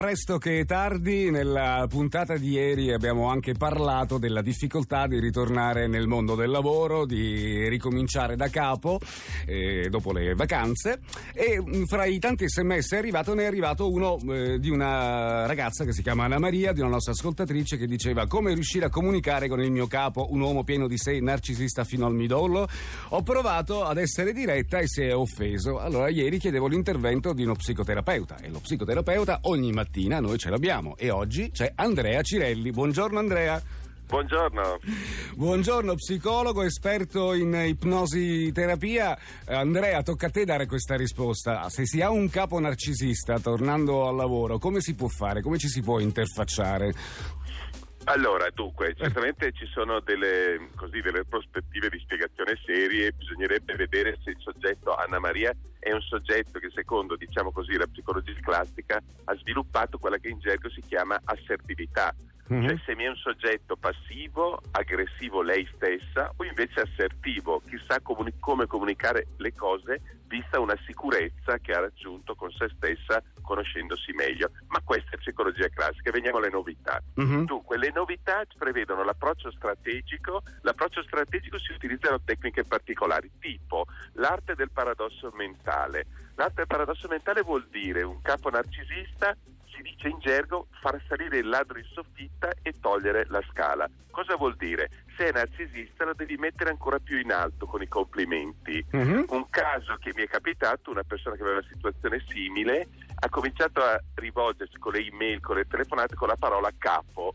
Presto che tardi, nella puntata di ieri abbiamo anche parlato della difficoltà di ritornare nel mondo del lavoro, di ricominciare da capo dopo le vacanze, e fra i tanti sms ne è arrivato uno di una ragazza che si chiama Anna Maria, di una nostra ascoltatrice, che diceva: come riuscire a comunicare con il mio capo, un uomo pieno di sé, narcisista fino al midollo. Ho provato ad essere diretta e si è offeso. Allora ieri chiedevo l'intervento di uno psicoterapeuta, e lo psicoterapeuta ogni mattina noi ce l'abbiamo, e oggi c'è Andrea Cirelli. Buongiorno Andrea. Buongiorno. Buongiorno, psicologo, esperto in ipnosi terapia. Andrea, tocca a te dare questa risposta. Se si ha un capo narcisista tornando al lavoro, come si può fare? Come ci si può interfacciare? Allora, dunque, certamente ci sono delle prospettive di spiegazione serie. Bisognerebbe vedere se il soggetto Anna Maria è un soggetto che, secondo, la psicologia classica, ha sviluppato quella che in gergo si chiama assertività. Cioè, se mi è un soggetto passivo, aggressivo lei stessa, o invece assertivo, chissà come comunicare le cose, vista una sicurezza che ha raggiunto con se stessa, conoscendosi meglio. Ma questa è psicologia classica. Veniamo alle novità. Dunque, le novità prevedono l'approccio strategico. L'approccio strategico si utilizzano tecniche particolari, tipo l'arte del paradosso mentale. L'arte del paradosso mentale vuol dire un capo narcisista, si dice in gergo, far salire il ladro in soffitta e togliere la scala. Cosa vuol dire? Se è narcisista lo devi mettere ancora più in alto con i complimenti. Un caso che mi è capitato, una persona che aveva una situazione simile ha cominciato a rivolgersi con le email, con le telefonate, con la parola capo,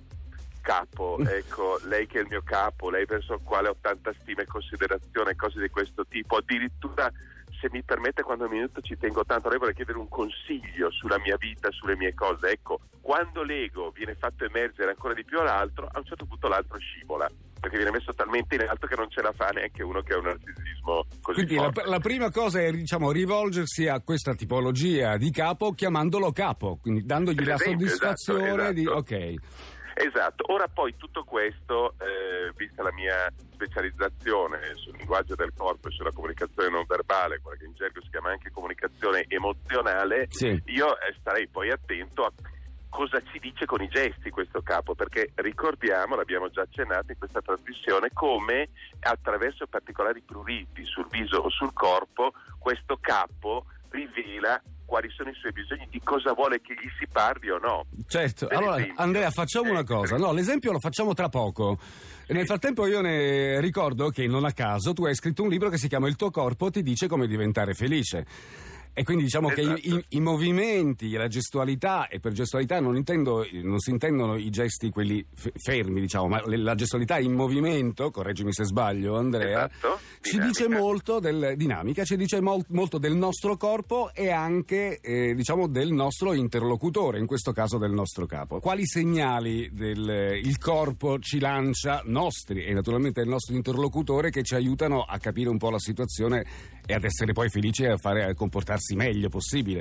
ecco, lei che è il mio capo, lei verso il quale ho tanta stima e considerazione, cose di questo tipo. Addirittura, se mi permette, quando un minuto ci tengo tanto, lei vuole chiedere un consiglio sulla mia vita, sulle mie cose. Ecco, quando l'ego viene fatto emergere ancora di più all'altro, a un certo punto l'altro scivola, perché viene messo talmente in alto che non ce la fa neanche uno che ha un narcisismo così Quindi forte. la prima cosa è, rivolgersi a questa tipologia di capo chiamandolo capo, quindi dandogli la soddisfazione, esatto. Di ok. Esatto, ora poi tutto questo, vista la mia specializzazione sul linguaggio del corpo e sulla comunicazione non verbale, quella che in gergo si chiama anche comunicazione emozionale, sì. Io starei poi attento a cosa ci dice con i gesti questo capo, perché ricordiamo, l'abbiamo già accennato in questa trasmissione, come attraverso particolari pruriti sul viso o sul corpo questo capo rivela quali sono i suoi bisogni, di cosa vuole che gli si parli o no. Certo, allora esempio, Andrea, facciamo una cosa, no, l'esempio lo facciamo tra poco. Sì. Nel frattempo io ne ricordo che non a caso tu hai scritto un libro che si chiama Il tuo corpo ti dice come diventare felice. E quindi diciamo esatto. Che i movimenti, la gestualità, e per gestualità non si intendono i gesti quelli fermi, diciamo, ma la gestualità in movimento, correggimi se sbaglio Andrea, esatto. Ci dice molto dinamica, ci dice molto del nostro corpo e anche del nostro interlocutore, in questo caso del nostro capo. Quali segnali il corpo ci lancia, nostri e naturalmente del nostro interlocutore, che ci aiutano a capire un po' la situazione e ad essere poi felici e a comportarsi meglio possibile?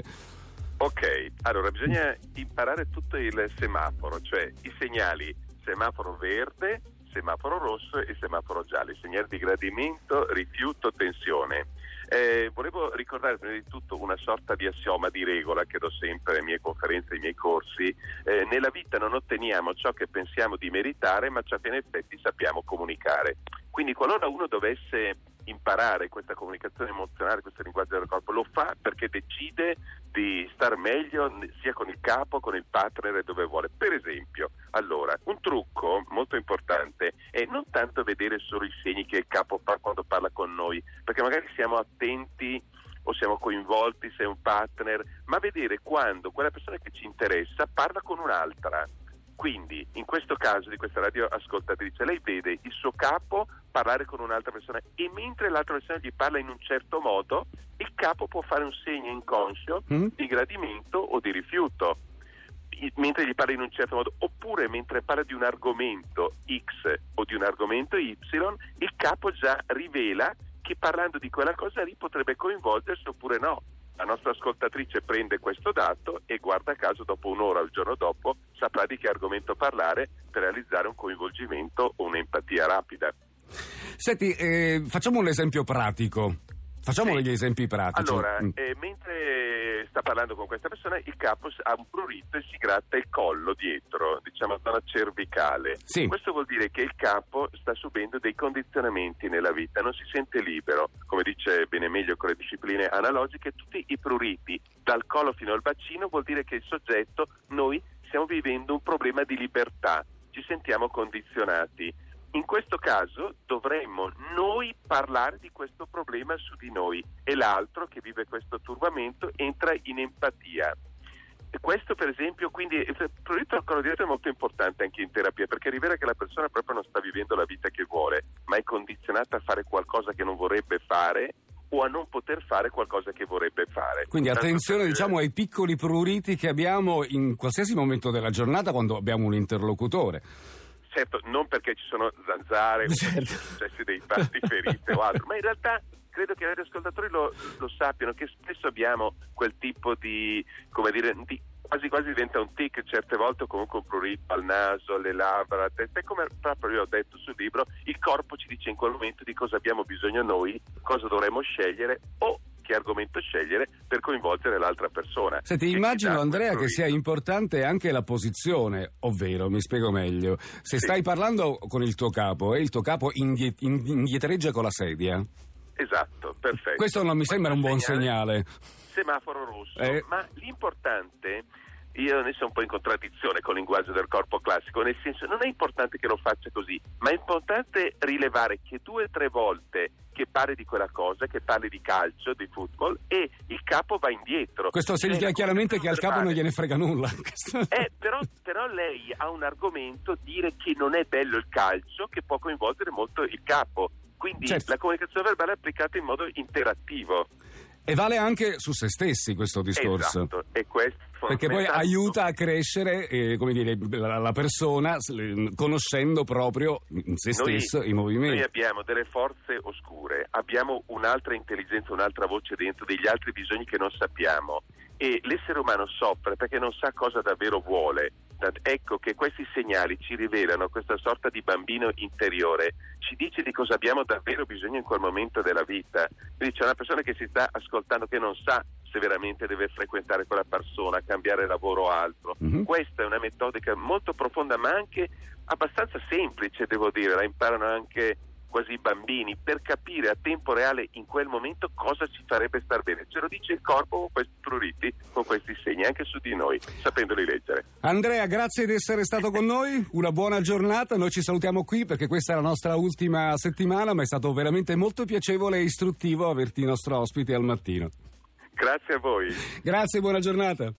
Ok, allora bisogna imparare tutto il semaforo, cioè i segnali: semaforo verde, semaforo rosso e semaforo giallo, i segnali di gradimento, rifiuto, tensione. Volevo ricordare prima di tutto una sorta di assioma, di regola che do sempre alle mie conferenze, ai miei corsi. Nella vita non otteniamo ciò che pensiamo di meritare, ma ciò che in effetti sappiamo comunicare. Quindi qualora uno dovesse imparare questa comunicazione emozionale, questo linguaggio del corpo, lo fa perché decide di star meglio sia con il capo, con il partner e dove vuole. Per esempio, allora, un trucco molto importante è non tanto vedere solo i segni che il capo fa quando parla con noi, perché magari siamo attenti o siamo coinvolti se è un partner, ma vedere quando quella persona che ci interessa parla con un'altra. Quindi, in questo caso di questa radioascoltatrice, lei vede il suo capo parlare con un'altra persona e mentre l'altra persona gli parla in un certo modo, il capo può fare un segno inconscio di gradimento o di rifiuto mentre gli parla in un certo modo, oppure mentre parla di un argomento X o di un argomento Y, il capo già rivela che parlando di quella cosa lì potrebbe coinvolgersi oppure no. La nostra ascoltatrice prende questo dato e guarda caso dopo un'ora o il giorno dopo saprà di che argomento parlare per realizzare un coinvolgimento o un'empatia rapida. Senti, facciamo un esempio pratico. Facciamo degli esempi pratici. Allora, mentre sta parlando con questa persona, il capo ha un prurito e si gratta il collo dietro, diciamo zona cervicale. Sì. Questo vuol dire che il capo sta subendo dei condizionamenti nella vita, non si sente libero. Come dice bene meglio con le discipline analogiche, tutti i pruriti dal collo fino al bacino vuol dire che il soggetto, noi stiamo vivendo un problema di libertà, ci sentiamo condizionati. In questo caso dovremmo noi parlare di questo problema su di noi e l'altro che vive questo turbamento entra in empatia. E questo per esempio, quindi il prurito al collo dietro è molto importante anche in terapia, perché rivela che la persona proprio non sta vivendo la vita che vuole, ma è condizionata a fare qualcosa che non vorrebbe fare o a non poter fare qualcosa che vorrebbe fare. Quindi attenzione, diciamo, ai piccoli pruriti che abbiamo in qualsiasi momento della giornata quando abbiamo un interlocutore. Certo, non perché ci sono zanzare o successi dei fatti ferite o altro, ma in realtà credo che gli ascoltatori lo sappiano, che spesso abbiamo quel tipo di, come dire, quasi diventa un tic certe volte, o comunque un prurito al naso, alle labbra, alla testa, e come proprio io ho detto sul libro, il corpo ci dice in quel momento di cosa abbiamo bisogno noi, cosa dovremmo scegliere o che argomento scegliere per coinvolgere l'altra persona. Senti, immagino, Andrea, che sia importante anche la posizione, ovvero, mi spiego meglio, se stai parlando con il tuo capo e il tuo capo indietreggia con la sedia. Esatto, perfetto. Questo non mi sembra un buon segnale. Semaforo rosso, ma l'importante, io ne sono un po' in contraddizione con il linguaggio del corpo classico, nel senso non è importante che lo faccia così, ma è importante rilevare che 2 o 3 volte che parli di quella cosa, che parli di calcio, di football, e il capo va indietro. Questo significa chiaramente che al capo non gliene frega nulla. Però lei ha un argomento, dire che non è bello il calcio, che può coinvolgere molto il capo. Quindi certo, la comunicazione verbale è applicata in modo interattivo. E vale anche su se stessi questo discorso. Esatto, e questo perché poi aiuta a crescere come dire, la persona conoscendo proprio in se stesso i movimenti. Noi abbiamo delle forze oscure, abbiamo un'altra intelligenza, un'altra voce dentro, degli altri bisogni che non sappiamo, e l'essere umano soffre perché non sa cosa davvero vuole. Ecco che questi segnali ci rivelano questa sorta di bambino interiore, ci dice di cosa abbiamo davvero bisogno in quel momento della vita. Quindi c'è una persona che si sta ascoltando che non sa se veramente deve frequentare quella persona, cambiare lavoro o altro. Questa è una metodica molto profonda, ma anche abbastanza semplice, devo dire, la imparano anche quasi i bambini, per capire a tempo reale in quel momento cosa ci farebbe star bene. Ce lo dice il corpo con questi pruriti, con questi segni, anche su di noi, sapendoli leggere. Andrea, grazie di essere stato con noi, una buona giornata, noi ci salutiamo qui perché questa è la nostra ultima settimana, ma è stato veramente molto piacevole e istruttivo averti nostro ospite al mattino. Grazie a voi. Grazie, buona giornata.